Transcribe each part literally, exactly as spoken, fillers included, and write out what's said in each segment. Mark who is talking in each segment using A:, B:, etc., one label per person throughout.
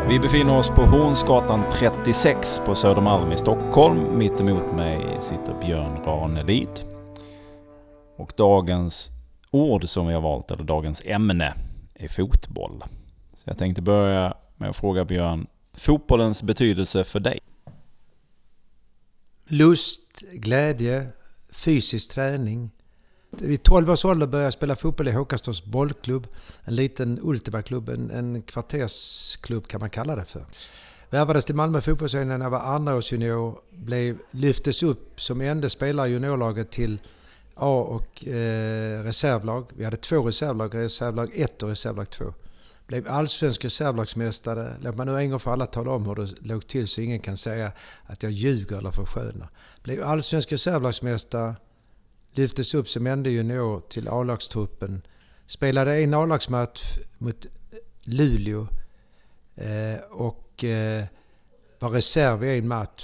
A: Vi befinner oss på Hornsgatan trettiosex på Södermalm i Stockholm. Mitt emot mig sitter Björn Ranelid. Och dagens ord som vi har valt, eller dagens ämne, är fotboll. Så jag tänkte börja med att fråga Björn, fotbollens betydelse för dig?
B: Lust, glädje, fysisk träning. Vid tolv års ålder började jag spela fotboll i Håkastors bollklubb. En liten ultimaklubb, en, en kvartersklubb kan man kalla det för. Värvades till Malmö fotbollsförening när jag var andra års junior. Blev, lyftes upp som enda spelare i juniorlaget till A- och eh, reservlag. Vi hade två reservlag, reservlag ett och reservlag två. Blev allsvensk reservlagsmästare. Låt man nu en gång för alla tala om hur det låg till så ingen kan säga att jag ljuger eller förskönar. Blev allsvensk reservlagsmästare. Lyftes upp som enda junior till A-lagstruppen. Spelade en A-lagsmatch mot Luleå eh, och eh, var reserv i en match.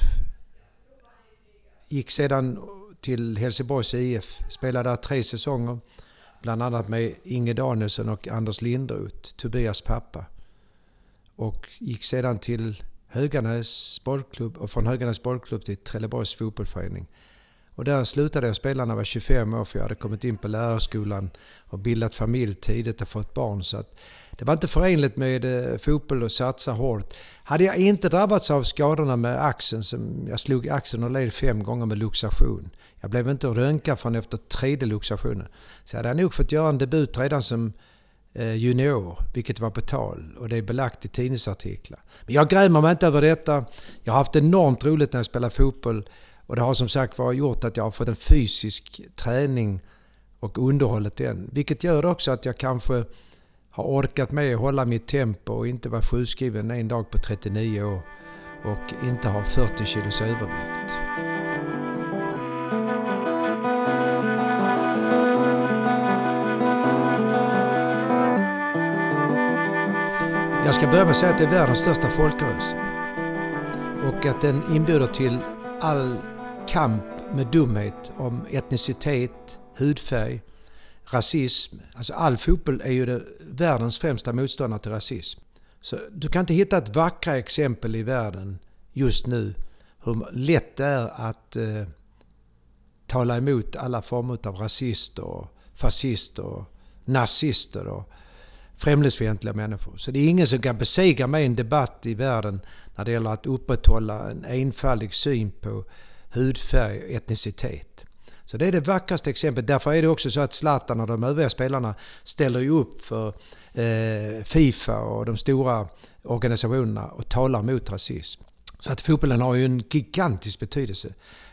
B: Gick sedan till Helsingborgs I F. Spelade där tre säsonger. Bland annat med Inge Danielsson och Anders Lindroth, Tobias pappa. Och gick sedan till Höganäs bollklubb och från Höganäs bollklubb till Trelleborgs fotbollsförening. Och där slutade jag spela när jag var tjugofem år, för jag hade kommit in på lärarskolan och bildat familj tidigt och fått barn. Så att det var inte förenligt med fotboll och satsa hårt. Hade jag inte drabbats av skadorna med axeln, som jag slog axeln och led fem gånger med luxation. Jag blev inte röntgad från efter tredje luxationen. Så jag hade nog fått göra en debut redan som junior, vilket var på tal. Och det är belagt i tidningsartiklar. Men jag grämer mig inte över detta. Jag har haft enormt roligt när jag spelar fotboll. Och det har som sagt var gjort att jag har fått en fysisk träning och underhållit den. Vilket gör också att jag kanske har orkat med att hålla mitt tempo och inte vara sjukskriven en dag på trettionio år och inte ha fyrtio kilos övervikt. Jag ska börja med att säga att det är världens största folkrörelse. Och att den inbjuder till all kamp med dumhet om etnicitet, hudfärg, rasism. Alltså all fotboll är ju det världens främsta motståndare till rasism. Så du kan inte hitta ett vackra exempel i världen just nu hur lätt det är att eh, tala emot alla former av rasister och fascister och nazister och främlingsfientliga människor. Så det är ingen som kan besegra mig i en debatt i världen när det gäller att upprätthålla en enfaldig syn på hudfärg och etnicitet. Så det är det vackraste exemplet. Därför är det också så att Zlatan och de övriga spelarna ställer ju upp för eh, FIFA och de stora organisationerna och talar mot rasism. Så att fotbollen har ju en gigantisk betydelse.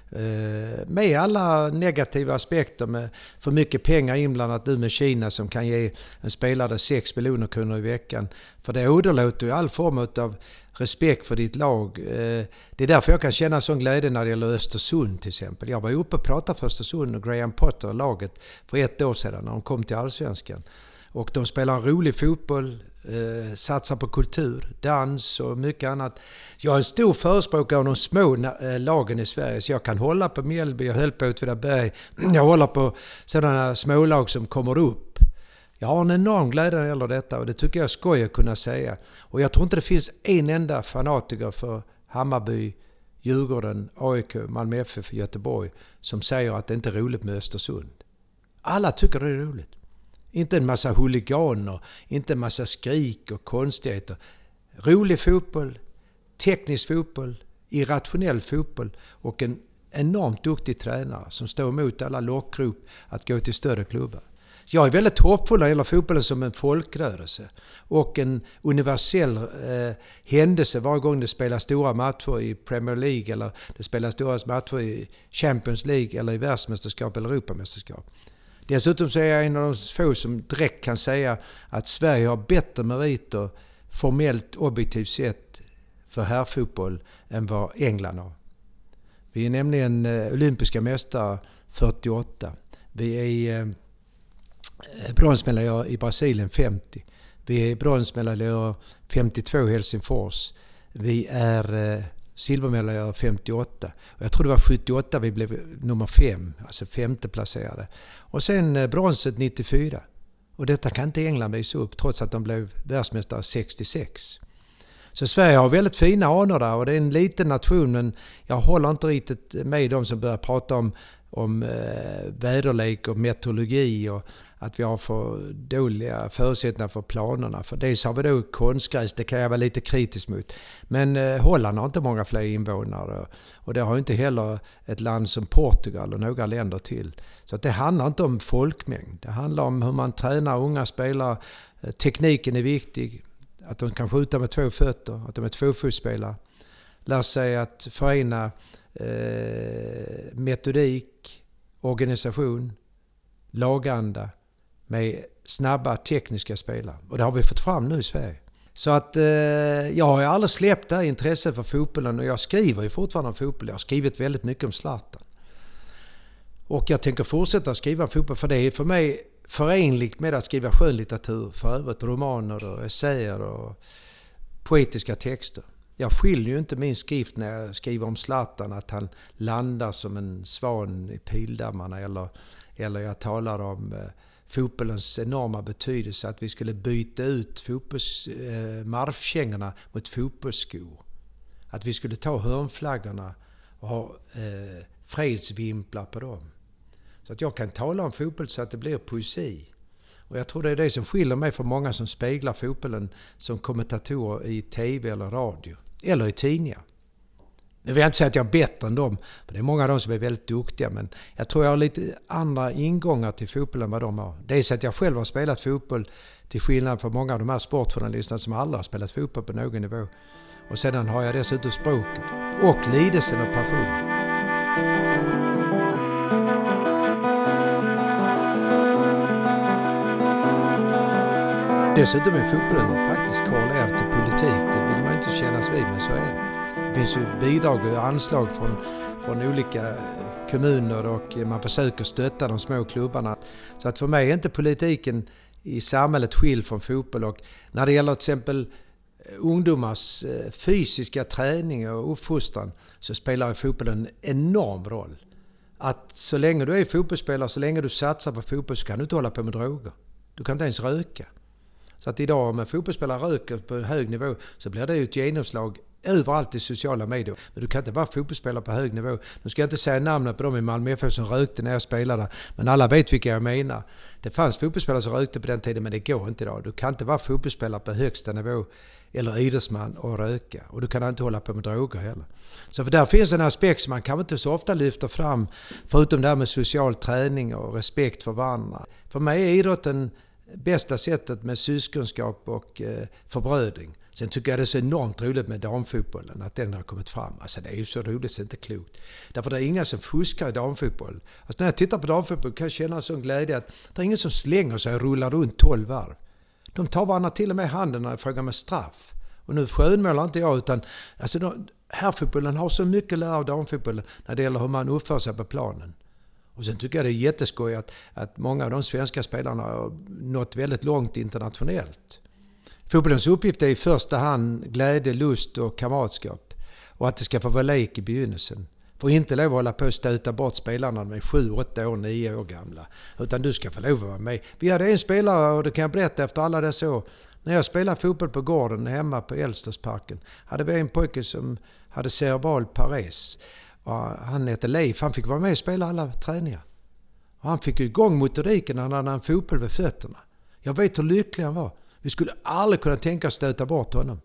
B: Med alla negativa aspekter, med för mycket pengar inblandat nu med Kina som kan ge en spelare sex miljoner kronor i veckan. För det åderlåter ju all form av respekt för ditt lag. Det är därför jag kan känna sån glädje när det gäller Östersund till exempel. Jag var uppe och pratade för Östersund och Graham Potter och laget för ett år sedan när de kom till Allsvenskan. Och de spelar en rolig fotboll, eh, satsar på kultur, dans och mycket annat. Jag är en stor förespråkare av de små eh, lagen i Sverige, så jag kan hålla på Mjällby och höll på Åtvidaberg. Jag håller på sådana smålag som kommer upp. Jag har en enorm glädje när det gäller detta och det tycker jag är skoj att kunna säga. Och jag tror inte det finns en enda fanatiker för Hammarby, Djurgården, A I K, Malmö F F och Göteborg som säger att det inte är roligt med Östersund. Alla tycker det är roligt. Inte en massa huliganer, inte en massa skrik och konstigheter. Rolig fotboll, teknisk fotboll, irrationell fotboll och en enormt duktig tränare som står emot alla lockrop att gå till större klubbar. Jag är väldigt hoppfull när det gäller fotbollen som en folkrörelse och en universell eh, händelse varje gång det spelas stora matcher i Premier League eller det spelas stora matcher i Champions League eller i världsmästerskap eller Europamästerskap. Dessutom så är jag en av de få som direkt kan säga att Sverige har bättre meriter formellt objektivt sett för herrfotboll än vad England har. Vi är nämligen olympiska mästare fyrtioåtta. Vi är eh, bronsmedaljör i Brasilien femtio. Vi är bronsmedaljör femtiotvå i Helsingfors. Vi är eh, silvermedaljör femtioåtta. Och jag tror det var sjuttioåtta vi blev nummer fem, alltså femte placerade. Och sen eh, bronset nittiofyra. Och detta kan inte England visa upp trots att de blev världsmästare sextiosex. Så Sverige har väldigt fina anor där och det är en liten nation, men jag håller inte riktigt med de som börjar prata om, om eh, väderlek och meteorologi och att vi har för dåliga förutsättningar för planerna. För dels har vi då konstgräs, det kan jag vara lite kritisk mot. Men eh, Holland har inte många fler invånare och det har inte heller ett land som Portugal och några länder till. Så att det handlar inte om folkmängd, det handlar om hur man tränar unga spelare. Tekniken är viktig, att de kan skjuta med två fötter, att de är tvåfotsspelare. Lär sig att förena eh, metodik, organisation, laganda med snabba tekniska spelare. Och det har vi fått fram nu i Sverige. Så att eh, jag har aldrig släppt det här intresset för fotbollen och jag skriver ju fortfarande om fotboll. Jag har skrivit väldigt mycket om Zlatan. Och jag tänker fortsätta skriva fotboll för det är för mig förenligt med att skriva skönlitteratur, för övrigt romaner och essäer och poetiska texter. Jag skiljer ju inte min skrift när jag skriver om Zlatan att han landar som en svan i pildammarna eller, eller jag talar om eh, fotbollens enorma betydelse att vi skulle byta ut fotbolls, eh, marschkängorna mot fotbollsskor. Att vi skulle ta hörnflaggorna och ha eh, fredsvimplar på dem. Så att jag kan tala om fotboll så att det blir poesi. Och jag tror det är det som skiljer mig från många som speglar fotbollen som kommentatorer i tv eller radio. Eller i tidningar. Nu vill jag inte säga att jag är bättre än dem. För det är många av dem som är väldigt duktiga. Men jag tror jag har lite andra ingångar till fotbollen än vad de har. Det är så att jag själv har spelat fotboll till skillnad från många av de här sportjournalisterna som aldrig har spelat fotboll på någon nivå. Och sedan har jag dessutom språket. Och lidelsen och passionen. Dessutom är fotbollen faktiskt korrelerad till politik. Det vill man inte kännas vid, men så är det. Det finns ju bidrag och anslag från, från olika kommuner och man försöker stötta de små klubbarna. Så att för mig är inte politiken i samhället skild från fotboll. Och när det gäller till exempel ungdomars fysiska träning och uppfostran så spelar fotbollen en enorm roll. Att så länge du är fotbollsspelare, så länge du satsar på fotboll så kan du inte hålla på med droger. Du kan inte ens röka. Så att idag om en fotbollsspelare röker på hög nivå så blir det ju ett genomslag överallt i sociala medier. Men du kan inte vara fotbollsspelare på hög nivå. Nu ska jag inte säga namnet på dem i Malmö F F som rökte när jag spelade. Men alla vet vilka jag menar. Det fanns fotbollsspelare som rökte på den tiden men det går inte idag. Du kan inte vara fotbollsspelare på högsta nivå eller idrottsman och röka. Och du kan inte hålla på med droger heller. Så för där finns en aspekt som man kan inte så ofta lyfta fram. Förutom det här med social träning och respekt för varandra. För mig är idrotten bästa sättet med syskonskap och eh, förbrödring. Sen tycker jag det är så enormt roligt med damfotbollen, att den har kommit fram. Alltså det är ju så roligt så inte klokt. Därför det är inga som fuskar i damfotboll. Alltså när jag tittar på damfotboll kan jag känna en sån glädje att det är ingen som slänger sig och rullar runt tolv varv. De tar varandra till och med handen när jag frågar med straff. Och nu skönmålar inte jag utan alltså de, herrfotbollen har så mycket att lära av damfotbollen när det gäller hur man uppför sig på planen. Och sen tycker jag det är jätteskoj att, att många av de svenska spelarna har nått väldigt långt internationellt. Fotbollens uppgift är i första hand glädje, lust och kamratskap. Och att det ska få vara lek i begynnelsen. Får inte lov att hålla på att stöta bort spelarna med sju, åtta år, nio år gamla. Utan du ska få lov att vara med. Vi hade en spelare, och det kan jag berätta efter alla dessa år. När jag spelade fotboll på gården hemma på Älvstorpsparken hade vi en pojke som hade cerebral pares. Och han hette Leif, han fick vara med och spela alla träningar. Och han fick igång motoriken när han hade en fotboll vid fötterna. Jag vet hur lycklig han var. Vi skulle aldrig kunna tänka oss stöta bort honom.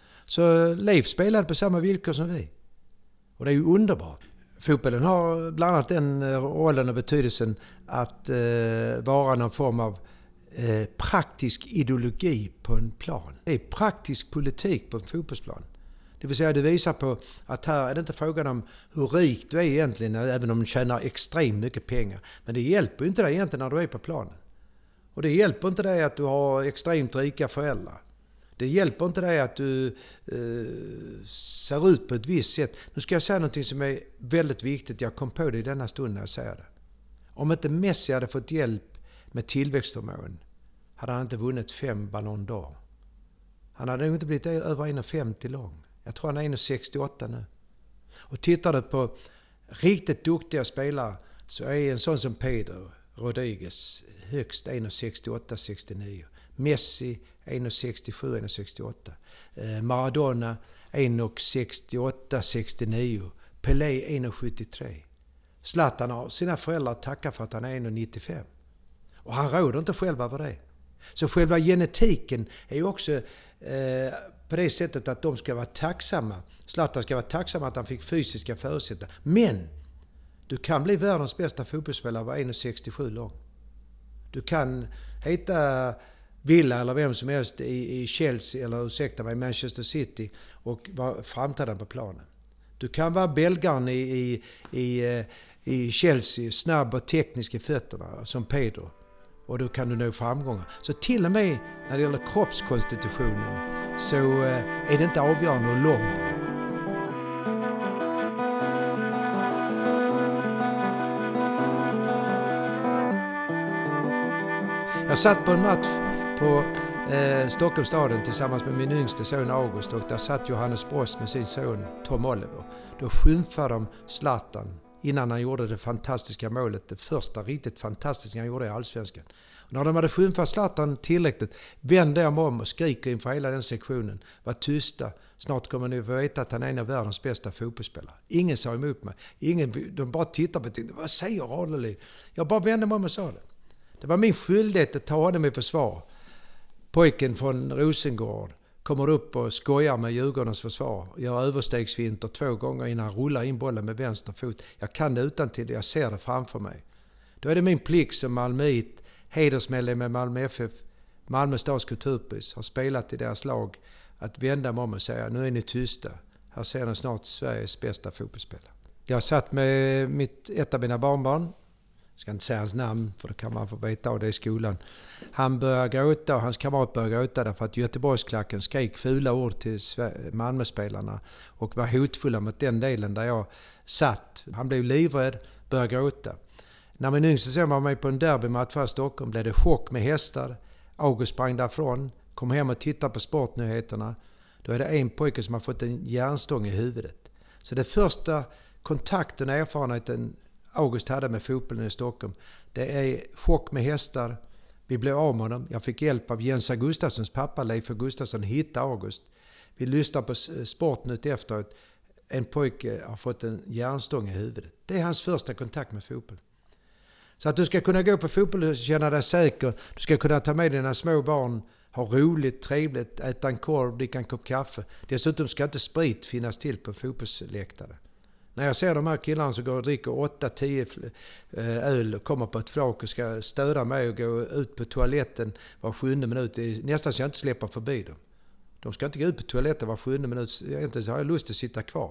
B: Så Leif spelade på samma villkor som vi. Och det är ju underbart. Fotbollen har bland annat den rollen och betydelsen att eh, vara någon form av eh, praktisk ideologi på en plan. Det är praktisk politik på en fotbollsplan. Det vill säga det visar på att här är det inte frågan om hur rik du är egentligen, även om du tjänar extremt mycket pengar. Men det hjälper inte dig egentligen när du är på planen. Och det hjälper inte dig att du har extremt rika föräldrar. Det hjälper inte dig att du eh, ser ut på ett visst sätt. Nu ska jag säga någonting som är väldigt viktigt. Jag kom på det i denna stund när jag säger det. Om inte Messi hade fått hjälp med tillväxthormon hade han inte vunnit fem Ballon d'Or. Han hade nog inte blivit över en komma femtio lång. Jag tror han är en komma sextioåtta nu. Och tittar du på riktigt duktiga spelare så är en sån som Pedro Rodriguez högst en komma sextioåtta sextionio. Messi en komma sextiosju en komma sextioåtta. Maradona en komma sextioåtta sextionio. Pelé en komma sjuttiotre. Zlatan har sina föräldrar tackar för att han är en komma nittiofem. Och han råder inte själv över det. Så själva genetiken är ju också eh, på det sättet att de ska vara tacksamma. Zlatan ska vara tacksam att han fick fysiska förutsättningar. Men du kan bli världens bästa fotbollsspelare och vara en komma sextiosju lång. Du kan heta Villa eller vem som helst i, i Chelsea eller ursäkta mig, Manchester City och vara framträdande på planen. Du kan vara belgaren i, i, i, i Chelsea, snabb och teknisk i fötterna som Pedro. Och då kan du nå framgångar. Så till och med när det gäller kroppskonstitutionen så är det inte avgörande hur lång det är. Jag satt på en match på eh, Stockholmsstaden tillsammans med min yngste son August och där satt Johannes Brost med sin son Tom Oliver. Då skymfade de Zlatan innan han gjorde det fantastiska målet, det första riktigt fantastiska han gjorde i Allsvenskan. Och när de hade skymfat Zlatan tillräckligt vände jag mig om och skriker inför hela den sektionen. Var tysta, snart kommer ni få veta att han är en av världens bästa fotbollsspelare. Ingen sa emot mig, Ingen, de bara tittade på det. Vad säger Ranelid? Jag bara vände mig om och sa det. Det var min skyldighet att ta honom i försvar. Pojken från Rosengård kommer upp och skojar med Djurgårdens försvar. Gör överstegsvinter två gånger innan han rullar in bollen med vänster fot. Jag kan det utan till, jag ser det framför mig. Då är det min plikt som malmöit, hedersmedlem med Malmö F F, Malmö stads kulturpris, har spelat i deras lag, att vända mig om och säga, nu är ni tysta. Här ser ni snart Sveriges bästa fotbollsspelare. Jag satt med mitt, ett av mina barnbarn. Jag ska inte säga hans namn för det kan man få veta av det i skolan. Han började gråta och hans kamrat började gråta därför att Göteborgsklacken skrek fula ord till Malmöspelarna och var hotfulla mot den delen där jag satt. Han blev livrädd, började gråta. När min yngste son var med på en derbymatch i Stockholm blev det chock med hästar. August sprang därifrån, kom hem och tittade på sportnyheterna. Då är det en pojke som har fått en järnstång i huvudet. Så det första kontakten och erfarenheten August hade med fotbollen i Stockholm, det är chock med hästar. Vi blev av med honom. Jag fick hjälp av Jens Gustafssons pappa, Leif Gustafsson, hitta August. Vi lyssnade på Sportnytt efteråt. En pojke har fått en järnstång i huvudet. Det är hans första kontakt med fotboll. Så att du ska kunna gå på fotboll och känna dig säker. Du ska kunna ta med dina små barn, ha roligt, trevligt, äta en korv, dricka en kopp kaffe. Dessutom ska inte sprit finnas till på fotbollsläktare. När jag ser de här killarna som går och dricker åtta tio öl och kommer på ett flak och ska störa mig och gå ut på toaletten var sjunde minut. Det är nästan så jag inte släpper förbi dem. De ska inte gå ut på toaletten var sjunde minut. Egentligen så har jag lust att sitta kvar.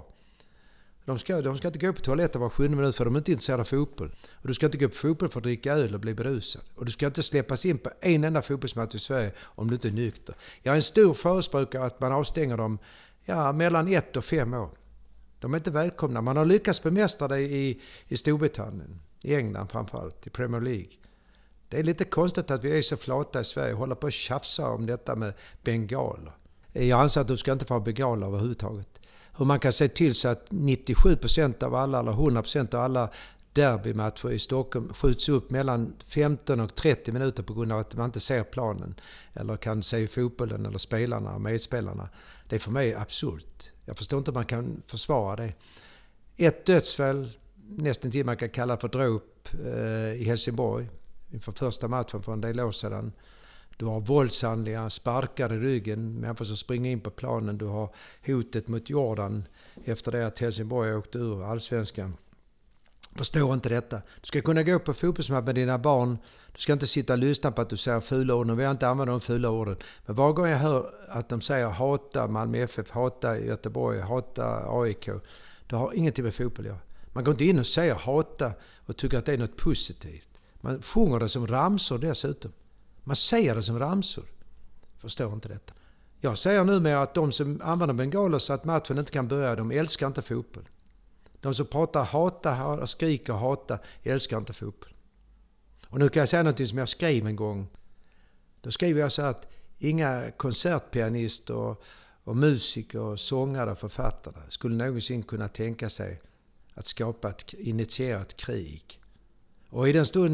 B: De ska, de ska inte gå på toaletten var sjunde minut för de är inte intresserade av fotboll. Och du ska inte gå på fotboll för att dricka öl och bli berusad. Och du ska inte släppas in på en enda fotbollsmatch i Sverige om du inte är nykter. Jag är en stor förespråkare att man avstänger dem ja, mellan ett och fem år. De är inte välkomna. Man har lyckats bemästra det i, i Storbritannien, i England framförallt, i Premier League. Det är lite konstigt att vi är så flata i Sverige och håller på att tjafsa om detta med bengaler. Jag anser att du ska inte få bengaler överhuvudtaget. Hur man kan se till så att nittiosju procent av alla eller hundra procent av alla derbymatcher i Stockholm skjuts upp mellan femton och trettio minuter på grund av att man inte ser planen eller kan se fotbollen eller spelarna och medspelarna. Det är för mig absurt. Jag förstår inte hur man kan försvara det. Ett dödsfall, nästan till man kan kalla för dråp eh, i Helsingborg inför första matchen för en del år sedan. Du har våldshandlingar, sparkar i ryggen, människor som springer in på planen. Du har hotet mot Jordan efter det att Helsingborg åkte ur Allsvenskan. Förstår inte detta. Du ska kunna gå på fotbollsmatch med dina barn. Du ska inte sitta och lyssna på att du säger fula ord. Nu vill jag inte använda de fula orden. Men varje gång jag hör att de säger hata Malmö F F, hata Göteborg, hata A I K. Det har ingenting med fotboll att göra. Man går inte in och säger hata och tycker att det är något positivt. Man sjunger det som ramsor dessutom. Man säger det som ramsor. Förstår inte detta. Jag säger nu med att de som använder bengaler så att matchen inte kan börja, de älskar inte fotboll. De som pratar hata och skriker hata älskar inte fotboll. Och nu kan jag säga något som jag skrev en gång. Då skriver jag så att inga konsertpianister och, och musiker och sångare och författare skulle någonsin kunna tänka sig att skapa ett initierat krig. Och i den stund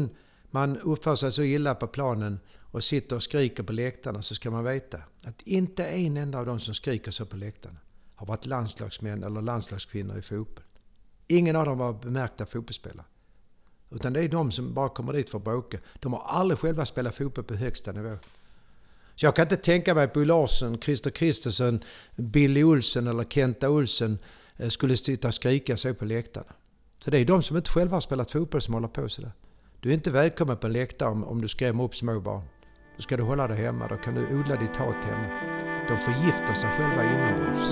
B: man uppför sig så illa på planen och sitter och skriker på läktarna, så ska man veta att inte en enda av dem som skriker så på läktarna har varit landslagsmän eller landslagskvinnor i fotboll. Ingen av dem var bemärkta fotbollsspelare. Utan det är de som bara kommer dit för att bråka. De har aldrig själva spelat fotboll på högsta nivå. Så jag kan inte tänka mig att Bo Larsson, Christer Kristersson, Billy Olsen eller Kenta Olsen skulle sitta och skrika så på läktarna. Så det är de som inte själva har spelat fotboll som håller på sådär. Du är inte välkommen på en läktare om, om du skrämmer upp små barn. Då ska du hålla dig hemma, då kan du odla ditt hat hemma. De förgiftar sig själva inombords.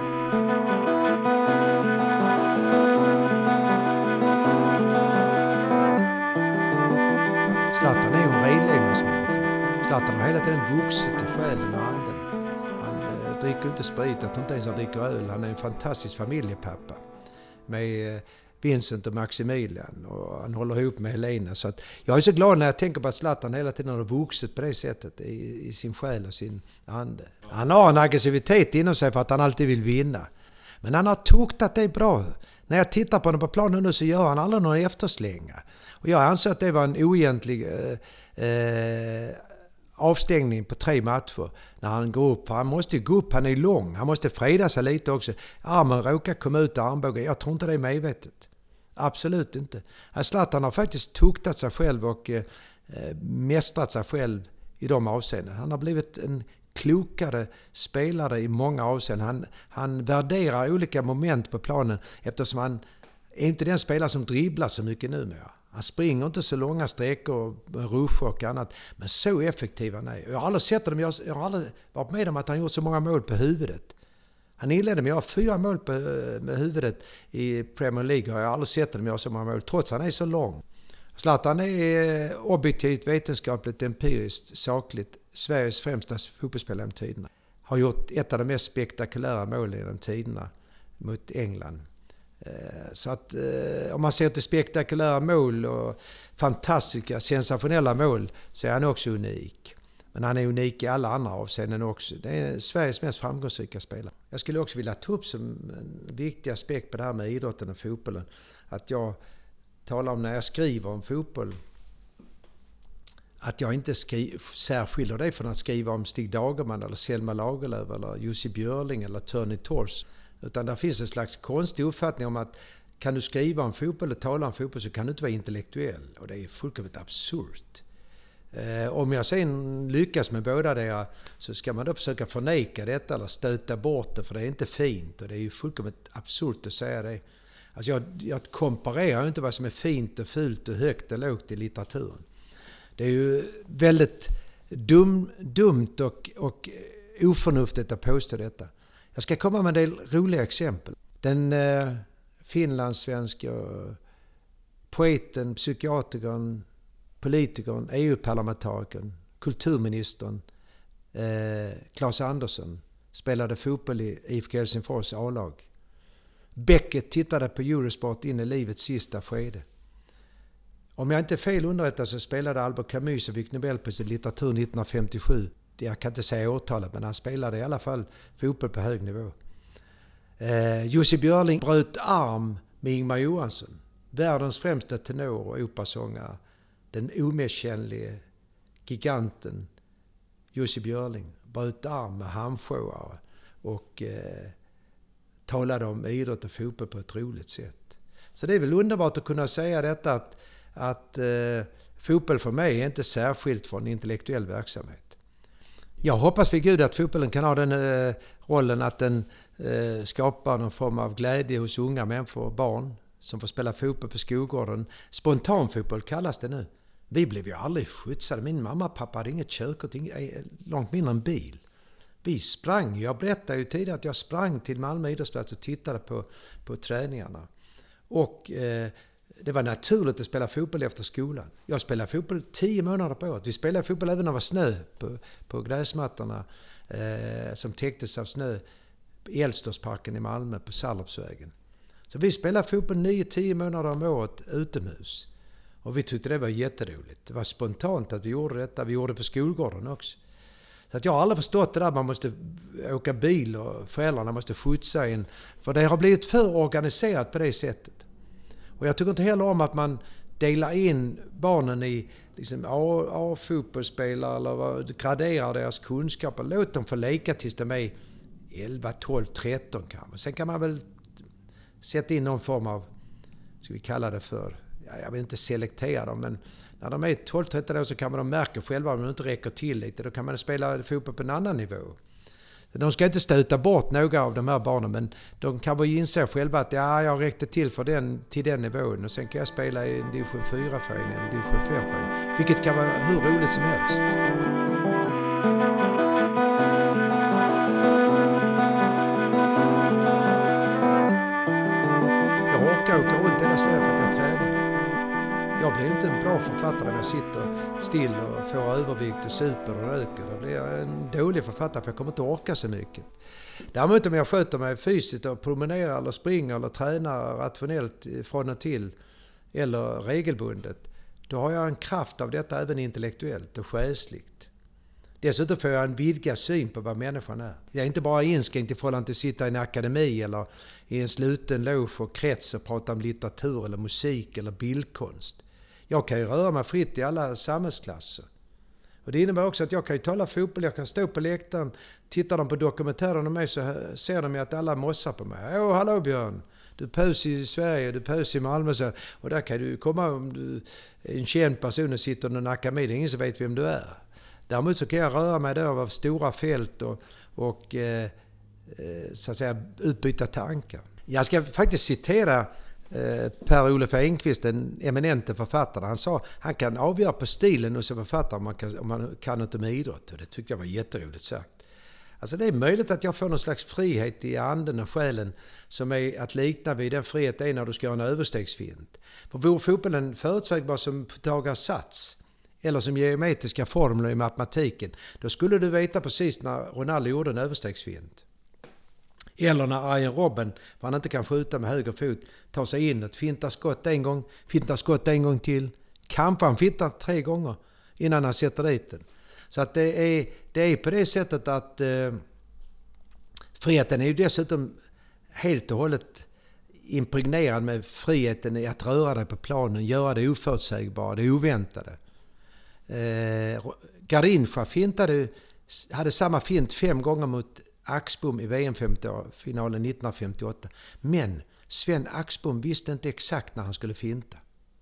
B: Zlatan är ju en renlevnadsmänniska. Zlatan har hela tiden vuxit i själen och anden. Han eh, dricker inte sprit, jag tror inte ens han dricker öl. Han är en fantastisk familjepappa med eh, Vincent och Maximilian, och han håller ihop med Helena. Så att jag är så glad när jag tänker på att Zlatan hela tiden har vuxit på det sättet i, i sin själ och sin ande. Han har en aggressivitet inom sig för att han alltid vill vinna. Men han har tuktat det bra. När jag tittar på honom på planen nu så gör han aldrig någon efterslänga. Och jag anser att det var en oegentlig eh, eh, avstängning på tre matcher när han går upp. Han måste ju gå upp, han är lång. Han måste freda sig lite också. Armen råkar komma ut i armbågen. Jag tror inte det är medvetet. Absolut inte. Zlatan har faktiskt tuktat sig själv och eh, mästrat sig själv i de avseenden. Han har blivit en klokare spelare i många avseenden. Han, han värderar olika moment på planen eftersom han är inte den spelare som dribblar så mycket numera. Han springer inte så långa sträckor, ruscher och annat, men så effektiv han är. Jag har aldrig sett dem, jag har aldrig varit med om att han gjort så många mål på huvudet. Han inledde med att göra fyra mål på, med huvudet i Premier League. Jag har aldrig sett dem göra så många mål, trots att han är så lång. Zlatan är objektivt, vetenskapligt, empiriskt, sakligt Sveriges främsta fotbollsspelare genom tiderna. Har gjort ett av de mest spektakulära målen genom tiderna mot England. Så att om man ser till spektakulära mål och fantastiska, sensationella mål, så är han också unik. Men han är unik i alla andra avseenden också. Det är Sveriges mest framgångsrika spelare. Jag skulle också vilja ta upp som en viktig aspekt på det här med idrotten och fotbollen, att jag talar om när jag skriver om fotboll, att jag inte skri- särskiljer det från att skriva om Stig Dagerman eller Selma Lagerlöf eller Jussi Björling eller Tony Tors. Utan där finns en slags konstig uppfattning om att kan du skriva om fotboll och tala om fotboll så kan du inte vara intellektuell. Och det är fullkomligt absurt. Eh, om jag sen lyckas med båda det, så ska man då försöka förneka detta eller stöta bort det, för det är inte fint. Och det är ju fullkomligt absurt att säga det. Alltså jag, jag komparerar inte vad som är fint och fult och högt och lågt i litteraturen. Det är ju väldigt dum, dumt och, och oförnuftigt att påstå detta. Jag ska komma med en del roliga exempel. Den eh, finlandssvenska poeten, psykiatrikern, politikern, E U-parlamentarikern, kulturministern eh, Claes Andersson spelade fotboll i I F K Helsingfors A-lag. Beckett tittade på Eurosport in i livets sista skede. Om jag inte är fel underrättad så spelade Albert Camus och fick Nobelpris i litteratur nittonhundrafemtiosju. Jag kan inte säga årtalet, men han spelade i alla fall fotboll på hög nivå. Eh, Jussi Björling bröt arm med Ingmar Johansson, världens främsta tenor och operasångare. Den omisskännlige giganten Jussi Björling bröt arm med handshåare och eh, talade om idrott och fotboll på ett roligt sätt. Så det är väl underbart att kunna säga detta, att, att eh, fotboll för mig är inte särskilt från intellektuell verksamhet. Jag hoppas vid Gud att fotbollen kan ha den eh, rollen att den eh, skapar någon form av glädje hos unga människor och barn som får spela fotboll på skolgården. Spontanfotboll kallas det nu. Vi blev ju aldrig skjutsade. Min mamma och pappa hade inget körkort, inget, långt mindre en bil. Vi sprang. Jag berättade ju tidigare att jag sprang till Malmö idrottsplats och tittade på, på träningarna. Och eh, det var naturligt att spela fotboll efter skolan. Jag spelade fotboll tio månader på året. Vi spelade fotboll även när det var snö på, på gräsmattorna eh, som täcktes av snö i Älvstorpsparken i Malmö på Sallerpsvägen. Så vi spelade fotboll nio till tio månader om året utomhus. Och vi tyckte det var jätteroligt. Det var spontant att vi gjorde detta. Vi gjorde det på skolgården också. Så att jag har aldrig förstått det där. Man måste åka bil och föräldrarna måste skjutsa in. För det har blivit för organiserat på det sättet. Och jag tycker inte heller om att man delar in barnen i liksom A-fotbollsspelare eller vad, graderar deras kunskaper. Låt dem få leka tills de är elva, tolv, tretton kanske. Sen kan man väl sätta in någon form av, ska vi kalla det för, ja, jag vill inte selektera dem, men när de är tolv tretton år så kan man märka själva om de inte räcker till lite. Då kan man spela fotboll på en annan nivå. De ska inte stöta bort några av de här barnen, men de kan väl inse själva att ja, jag räckte till för den, till den nivån och sen kan jag spela i en division fyra-förening eller en division fem-förening. Vilket kan vara hur roligt som helst. Jag orkar åka runt hela Sverige för att jag tränar. Jag blir inte en bra författare när jag sitter still och får övervikt och super och röker. Då blir jag en dålig författare för jag kommer inte orka så mycket. Däremot om jag sköter mig fysiskt och promenerar eller springer eller tränar rationellt från och till eller regelbundet, då har jag en kraft av detta även intellektuellt och själsligt. Dessutom får jag en vidgad syn på vad människan är. Jag är inte bara inskränkt i förhållande till att sitta i en akademi eller i en sluten loge och krets och prata om litteratur eller musik eller bildkonst. Jag kan ju röra mig fritt i alla samhällsklasser. Och det innebär också att jag kan ju tala fotboll, jag kan stå på läktaren, tittar de på dokumentären om mig så ser de ju att alla mossar på mig. Åh, hallå Björn! Du pös i Sverige, du pös i Malmö. Så, och där kan du komma om du är en känd person och sitter under en akademi, det är ingen som vet vem du är. Däremot så kan jag röra mig då av stora fält och, och eh, så att säga utbyta tankar. Jag ska faktiskt citera eh, Per-Olof Enquist, en eminente författare. Han sa han kan avgöra på stilen hos en författare om man kan, om man kan inte med idrott. Och det tyckte jag var jätteroligt sagt. Alltså det är möjligt att jag får någon slags frihet i anden och själen som är att likna vid den frihet är när du ska göra en överstegsfint. För vore fotbollen förutsägbar som tagar sats eller som geometriska formler i matematiken, då skulle du veta precis när Ronaldo gjorde en överstegsfint. Eller när Arjen Robben, för han inte kan skjuta med höger fot, tar sig in och fintar skott en gång, fintar skott en gång till. Kanske han fintar tre gånger innan han sätter dit den. Så att det är, det är på det sättet att eh, friheten är ju dessutom helt och hållet impregnerad med friheten i att röra dig på planen, göra det oförutsägbara, det oväntade. Eh, Garrincha fintade, hade samma fint fem gånger mot Axbom i V M-finalen nittonhundrafemtioåtta. Men Sven Axbom visste inte exakt när han skulle finta.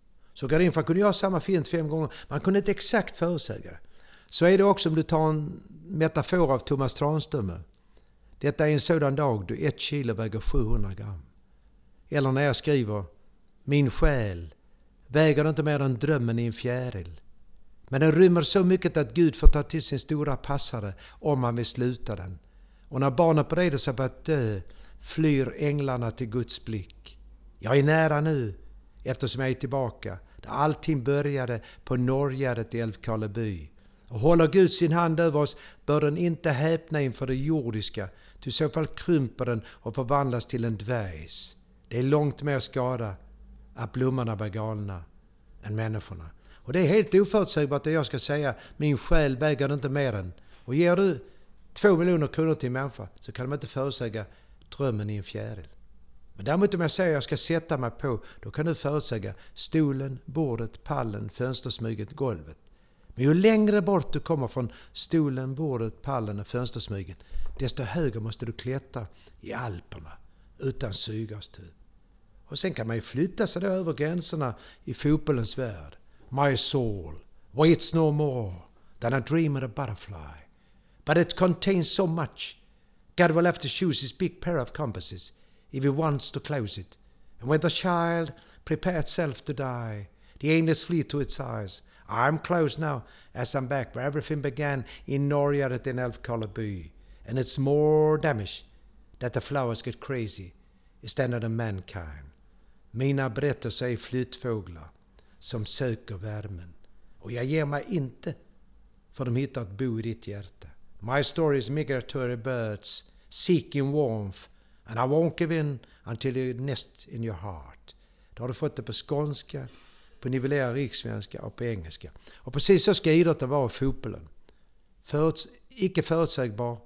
B: Så Garrincha kunde göra samma fint fem gånger. Man kunde inte exakt förutsäga det. Så är det också om du tar en metafor av Thomas Tranströmer. Detta är en sådan dag då ett kilo väger sjuhundra gram. Eller när jag skriver: min själ väger inte mer än drömmen i en fjäril. Men den rymmer så mycket att Gud får ta till sin stora passare om man vill sluta den. Och när barnet bereder sig på att dö flyr änglarna till Guds blick. Jag är nära nu eftersom jag är tillbaka där allting började på Norrgärdet i Älvkarleby. Och håller Gud sin hand över oss bör den inte häpna inför det jordiska, till så fall krymper den och förvandlas till en dvärgs. Det är långt mer skada att blommorna var galna än människorna. Och det är helt oförutsägbart att jag ska säga: min själ väger inte mer än. Och ger du två miljoner kronor till en människa så kan de inte förutsäga drömmen i en fjäril. Men däremot om jag säger att jag ska sätta mig på, då kan du förutsäga stolen, bordet, pallen, fönstersmyget, golvet. Men ju längre bort du kommer från stolen, bordet, pallen och fönstersmygen, desto högre måste du klättra i Alperna utan syrgastub. Och sen kan man ju flytta sig då över gränserna i fotbollens värld. My soul waits no more than a dream of a butterfly. But it contains so much. God will have to choose his big pair of compasses if he wants to close it. And when the child prepares itself to die, the angels flee to its eyes. I'm close now as I'm back where everything began in Norrgärdet in Älvkarleby. And it's more damage that the flowers get crazy instead of mankind. Mina berättelser är flyttfåglar som söker värmen. Och jag ger mig inte för de hittar ett bo i ditt hjärta. My story is migratory birds seeking warmth and I won't give in until you nest in your heart. Då har du fått det på skånska, på nivellerad rikssvenska och på engelska. Och precis så ska idrotten vara i fotbollen. Föruts- icke förutsägbar,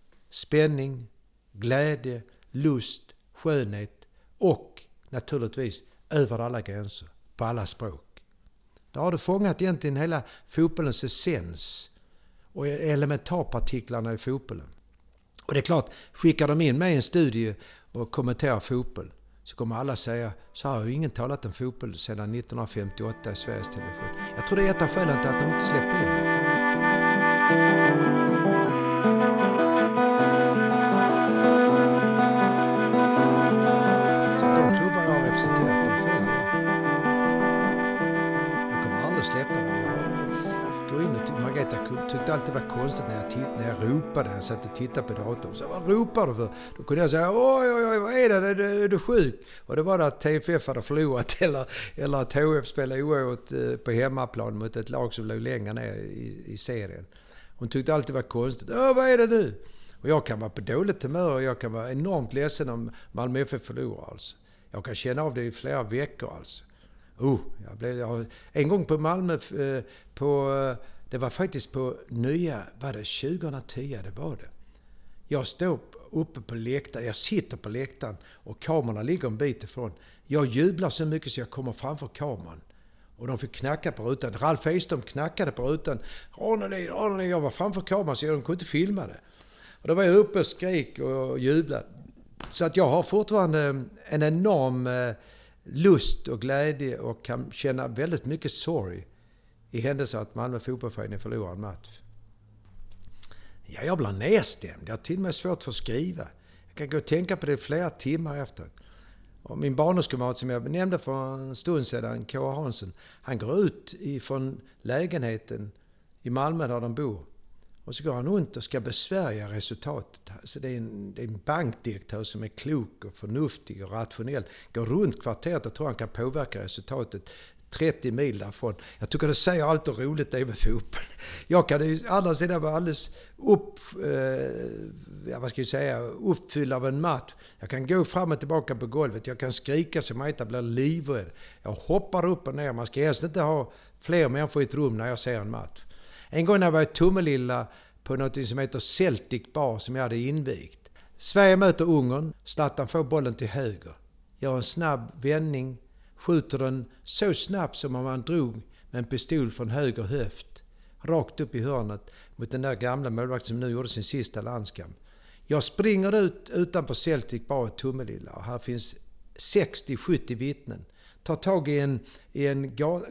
B: spänning, glädje, lust, skönhet och naturligtvis över alla gränser, på alla språk. Då har du fångat egentligen hela fotbollens essens och elementarpartiklarna i fotbollen. Och det är klart, skickar de in mig i en studie och kommenterar fotboll så kommer alla säga, så har ju ingen talat om fotboll sedan nittonhundrafemtioåtta i Sveriges Television. Jag tror det är ett av skälen till att de inte släpper in mig. Så de klubbar jag har representerat, de följer. Jag kommer aldrig släppa dem. Jag går in och tyckte, Margareta tyckte alltid det var konstigt när jag, titt, när jag ropade. Jag satt och tittade på datorn. Så vad ropar du för? Då kunde jag säga, oj, oj, oj, vad är det? Är du, är du sjuk? Och det var det att T F F hade förlorat eller, eller att H F spelade oavgjort på hemmaplan mot ett lag som låg längre ner i, i serien. Hon tyckte alltid det var konstigt. Åh, vad är det nu? Och jag kan vara på dåligt humör och jag kan vara enormt ledsen om Malmö F F förlorar alltså. Jag kan känna av det i flera veckor alltså. Oh, jag blev, jag, en gång på Malmö, på, det var faktiskt på nya, var det tjugohundratio, det var det. Jag står uppe på läktaren, jag sitter på läktaren och kamerorna ligger en bit ifrån. Jag jublar så mycket så jag kommer framför kameran. Och de fick knacka på rutan. Ralf Edström knackade på rutan. Ranelid, Ranelid, jag var framför kameran så de kunde inte filma det. Och då var jag uppe och skrek och jublade. Så att jag har fortfarande en enorm lust och glädje och kan känna väldigt mycket sorg i händelse att Malmö fotbollsförening förlorar en match. Ja, jag blir nedstämd. Jag har till och med svårt för att skriva. Jag kan gå och tänka på det flera timmar efter. Och min barndomskamrat som jag nämnde för en stund sedan, K. Hansson, han går ut från lägenheten i Malmö där de bor. Och så går han runt och ska besvärja resultatet. Alltså det, är en, det är en bankdirektör som är klok och förnuftig och rationell. Går runt kvarteret och tror han kan påverka resultatet trettio mil därifrån. Jag tycker det säger allt och roligt det är med fotboll. Jag kan ju andra sidan vara alldeles upp, eh, ja, vad ska jag säga, uppfylld av en match. Jag kan gå fram och tillbaka på golvet. Jag kan skrika så man inte blir livrädd. Jag hoppar upp och ner. Man ska helst inte ha fler människor i ett rum när jag ser en match. En gång när jag var i Tomelilla på något som heter Celtic Bar som jag hade invigt. Sverige möter Ungern. Zlatan får bollen till höger. Gör en snabb vändning. Skjuter den så snabbt som om man drog med en pistol från höger höft. Rakt upp i hörnet mot den där gamla målvakten som nu gjorde sin sista landskamp. Jag springer ut utanför Celtic Bar i Tomelilla. Och här finns sextio sjuttio vittnen. Tar tag i en, i en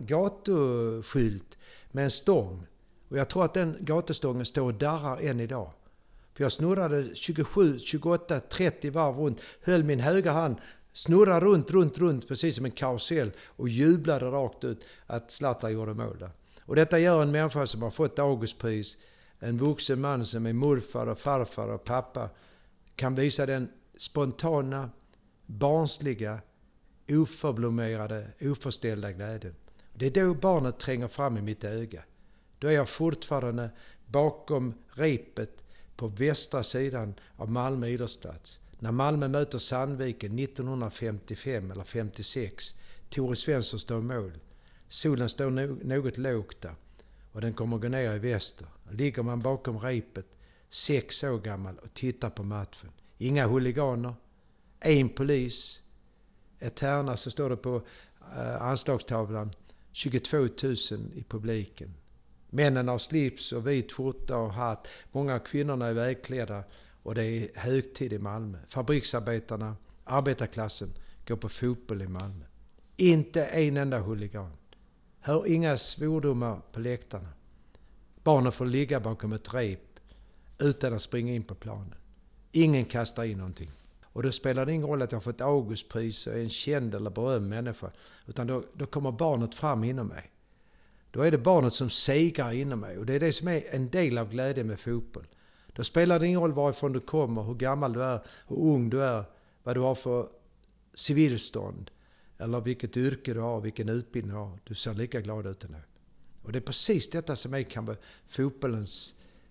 B: gatuskylt med en stång. Och jag tror att den gatustången står och darrar än idag. För jag snurrade tjugosju, tjugoåtta, trettio varv runt. Höll min högra hand. Snurrade runt, runt, runt. Precis som en karusell. Och jublade rakt ut att Zlatan gjorde mål där. Och detta gör en människa som har fått Augustpris. En vuxen man som är morfar och farfar och pappa. Kan visa den spontana, barnsliga, oförblommerade, oförställda glädjen. Det är då barnet tränger fram i mitt öga. Då är jag fortfarande bakom repet på västra sidan av Malmö idrottsplats. När Malmö möter Sandviken nittonhundrafemtiofem eller femtiosex. Tore Svensson står i mål. Solen står något lågt där. Och den kommer gå ner i väster. Ligger man bakom repet, sex år gammal och tittar på matchen. Inga huliganer. En polis. Eterna så står det på uh, anslagstavlan. tjugotvåtusen i publiken. Männen har slips och vit skjorta och hatt. Många av kvinnorna är välklädda och det är högtid i Malmö. Fabriksarbetarna, arbetarklassen går på fotboll i Malmö. Inte en enda huligan. Hör inga svordomar på läktarna. Barnen får ligga bakom ett rep utan att springa in på planen. Ingen kastar in någonting. Och då spelar det ingen roll att jag har fått Augustpris och är en känd eller berömd människa. Utan då, då kommer barnet fram inom mig. Då är det barnet som segrar inom mig. Och det är det som är en del av glädjen med fotboll. Då spelar det ingen roll varifrån du kommer, hur gammal du är, hur ung du är, vad du har för civilstånd. Eller vilket yrke du har, vilken utbildning du har. Du ser lika glad ut ändå. Och det är precis detta som är kan vara fotbollens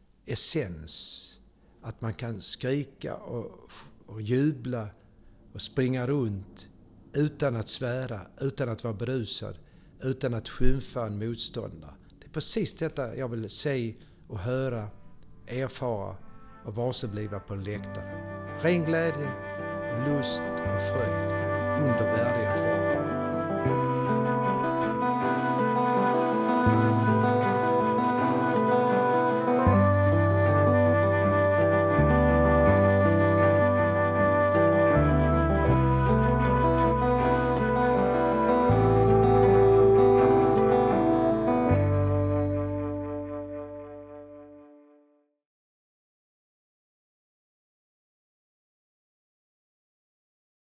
B: essens. Att man kan skrika och, och jubla och springa runt utan att svära, utan att vara berusad, utan att skymfa en motståndare. Det är precis detta jag vill se och höra, erfara och varsebliva på en läktare. Ren glädje, lust och fröjd under värdiga former.